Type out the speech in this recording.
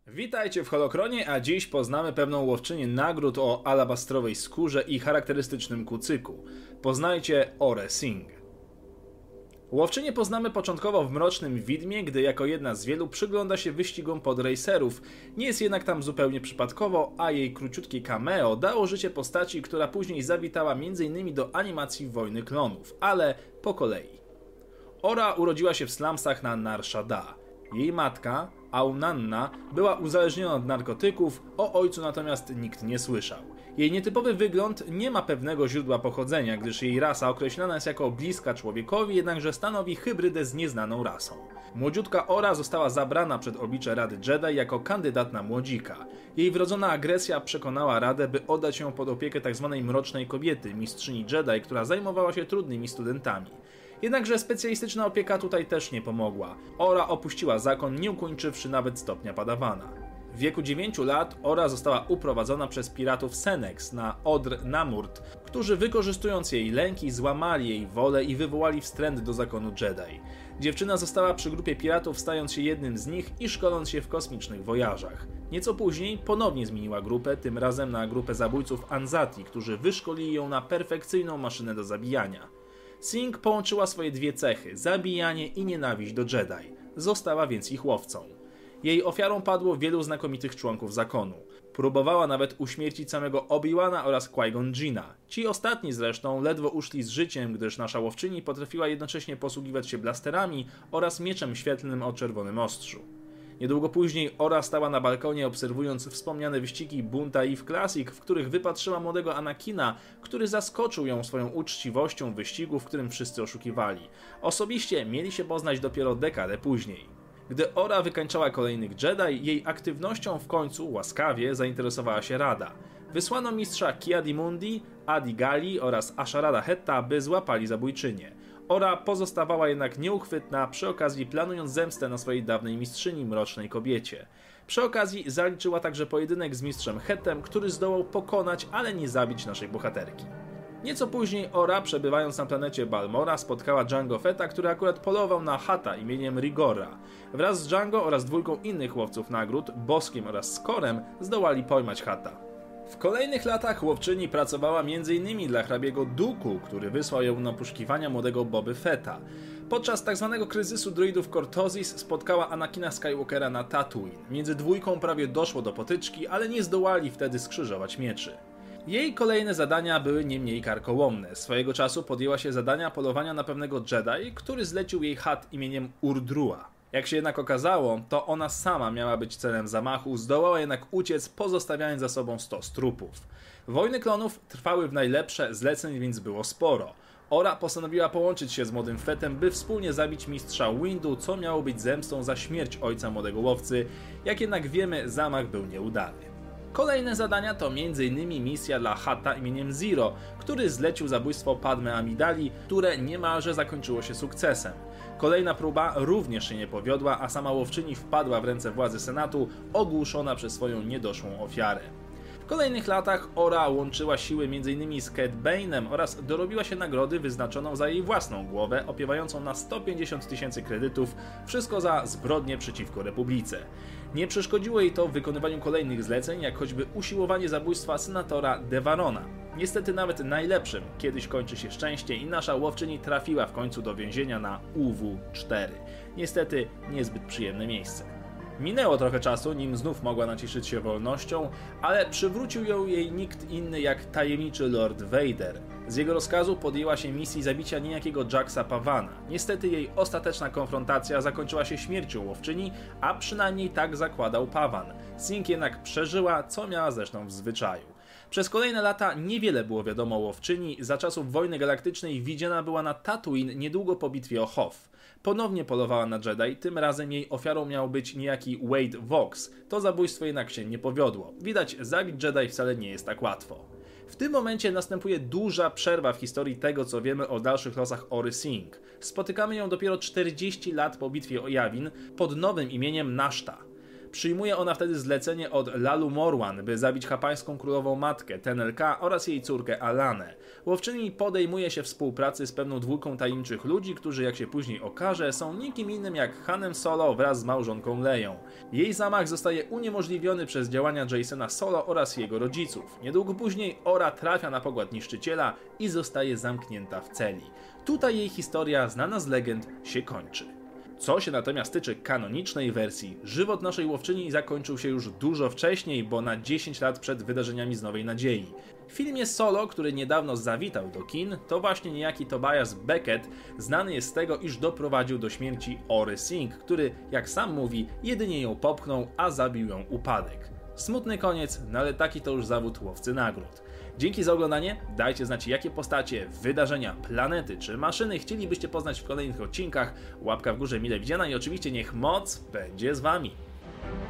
Witajcie w Holokronie, a dziś poznamy pewną łowczynię nagród o alabastrowej skórze i charakterystycznym kucyku. Poznajcie Orę Singh. Łowczynię poznamy początkowo w Mrocznym Widmie, gdy jako jedna z wielu przygląda się wyścigom podracerów. Nie jest jednak tam zupełnie przypadkowo, a jej króciutkie cameo dało życie postaci, która później zawitała m.in. do animacji Wojny Klonów, ale po kolei. Ora urodziła się w slumsach na Nar Shaddaa. Jej matka, Aunanna, była uzależniona od narkotyków, o ojcu natomiast nikt nie słyszał. Jej nietypowy wygląd nie ma pewnego źródła pochodzenia, gdyż jej rasa określana jest jako bliska człowiekowi, jednakże stanowi hybrydę z nieznaną rasą. Młodziutka Ora została zabrana przed oblicze Rady Jedi jako kandydat na młodzika. Jej wrodzona agresja przekonała Radę, by oddać ją pod opiekę tzw. mrocznej kobiety, mistrzyni Jedi, która zajmowała się trudnymi studentami. Jednakże specjalistyczna opieka tutaj też nie pomogła. Ora opuściła zakon, nie ukończywszy nawet stopnia padawana. W wieku 9 lat Ora została uprowadzona przez piratów Senex na Odr Namurt, którzy wykorzystując jej lęki złamali jej wolę i wywołali wstręt do zakonu Jedi. Dziewczyna została przy grupie piratów, stając się jednym z nich i szkoląc się w kosmicznych wojażach. Nieco później ponownie zmieniła grupę, tym razem na grupę zabójców Anzati, którzy wyszkolili ją na perfekcyjną maszynę do zabijania. Singh połączyła swoje dwie cechy, zabijanie i nienawiść do Jedi. Została więc ich łowcą. Jej ofiarą padło wielu znakomitych członków zakonu. Próbowała nawet uśmiercić samego Obi-Wana oraz Qui-Gon Jinna. Ci ostatni zresztą ledwo uszli z życiem, gdyż nasza łowczyni potrafiła jednocześnie posługiwać się blasterami oraz mieczem świetlnym o czerwonym ostrzu. Niedługo później Ora stała na balkonie, obserwując wspomniane wyścigi Bunta Eve Classic, w których wypatrzyła młodego Anakina, który zaskoczył ją swoją uczciwością wyścigu, w którym wszyscy oszukiwali. Osobiście mieli się poznać dopiero dekadę później. Gdy Ora wykańczała kolejnych Jedi, jej aktywnością w końcu łaskawie zainteresowała się Rada. Wysłano mistrza Ki-Adi-Mundi, Adi Gali oraz Asharada Hetta, by złapali zabójczynię. Ora pozostawała jednak nieuchwytna, przy okazji planując zemstę na swojej dawnej mistrzyni, mrocznej kobiecie. Przy okazji zaliczyła także pojedynek z mistrzem Hettem, który zdołał pokonać, ale nie zabić naszej bohaterki. Nieco później Ora, przebywając na planecie Balmora, spotkała Jango Fetta, który akurat polował na Hatta imieniem Rigora. Wraz z Jango oraz dwójką innych łowców nagród, Boskiem oraz Skorem, zdołali pojmać Hatta. W kolejnych latach łowczyni pracowała m.in. dla hrabiego Dooku, który wysłał ją na poszukiwania młodego Boby Fetta. Podczas tzw. kryzysu droidów Cortozis spotkała Anakina Skywalkera na Tatooine. Między dwójką prawie doszło do potyczki, ale nie zdołali wtedy skrzyżować mieczy. Jej kolejne zadania były nie mniej karkołomne. Swojego czasu podjęła się zadania polowania na pewnego Jedi, który zlecił jej Hutt imieniem Urdrua. Jak się jednak okazało, to ona sama miała być celem zamachu, zdołała jednak uciec, pozostawiając za sobą 100 trupów. Wojny Klonów trwały w najlepsze, zleceń więc było sporo. Ora postanowiła połączyć się z młodym Fettem, by wspólnie zabić mistrza Windu, co miało być zemstą za śmierć ojca młodego łowcy. Jak jednak wiemy, zamach był nieudany. Kolejne zadania to m.in. misja dla Hatta imieniem Ziro, który zlecił zabójstwo Padme Amidali, które niemalże zakończyło się sukcesem. Kolejna próba również się nie powiodła, a sama łowczyni wpadła w ręce władzy Senatu, ogłuszona przez swoją niedoszłą ofiarę. W kolejnych latach Ora łączyła siły m.in. z Cad Bane'em oraz dorobiła się nagrody wyznaczoną za jej własną głowę, opiewającą na 150 000 kredytów, wszystko za zbrodnie przeciwko Republice. Nie przeszkodziło jej to w wykonywaniu kolejnych zleceń, jak choćby usiłowanie zabójstwa senatora Devarona. Niestety nawet najlepszym kiedyś kończy się szczęście i nasza łowczyni trafiła w końcu do więzienia na UW-4. Niestety niezbyt przyjemne miejsce. Minęło trochę czasu, nim znów mogła nacieszyć się wolnością, ale przywrócił ją jej nikt inny jak tajemniczy Lord Vader. Z jego rozkazu podjęła się misji zabicia niejakiego Jaxa Pavana. Niestety jej ostateczna konfrontacja zakończyła się śmiercią łowczyni, a przynajmniej tak zakładał Pavan. Singh jednak przeżyła, co miała zresztą w zwyczaju. Przez kolejne lata niewiele było wiadomo o łowczyni, za czasów wojny galaktycznej widziana była na Tatooine niedługo po bitwie o Hoth. Ponownie polowała na Jedi, tym razem jej ofiarą miał być niejaki Wade Vox. To zabójstwo jednak się nie powiodło. Widać, zabić Jedi wcale nie jest tak łatwo. W tym momencie następuje duża przerwa w historii tego, co wiemy o dalszych losach Ory Singh. Spotykamy ją dopiero 40 lat po bitwie o Yavin pod nowym imieniem Nashta. Przyjmuje ona wtedy zlecenie od Lalu Morwan, by zabić hapańską królową matkę Tenelka oraz jej córkę Alanę. Łowczyni podejmuje się współpracy z pewną dwójką tajemniczych ludzi, którzy, jak się później okaże, są nikim innym jak Hanem Solo wraz z małżonką Leją. Jej zamach zostaje uniemożliwiony przez działania Jacena Solo oraz jego rodziców. Niedługo później Ora trafia na pokład niszczyciela i zostaje zamknięta w celi. Tutaj jej historia, znana z legend, się kończy. Co się natomiast tyczy kanonicznej wersji, żywot naszej łowczyni zakończył się już dużo wcześniej, bo na 10 lat przed wydarzeniami z Nowej Nadziei. W filmie Solo, który niedawno zawitał do kin, to właśnie niejaki Tobias Beckett znany jest z tego, iż doprowadził do śmierci Ory Singh, który, jak sam mówi, jedynie ją popchnął, a zabił ją upadek. Smutny koniec, no ale taki to już zawód łowcy nagród. Dzięki za oglądanie, dajcie znać, jakie postacie, wydarzenia, planety czy maszyny chcielibyście poznać w kolejnych odcinkach. Łapka w górze mile widziana i oczywiście niech moc będzie z wami.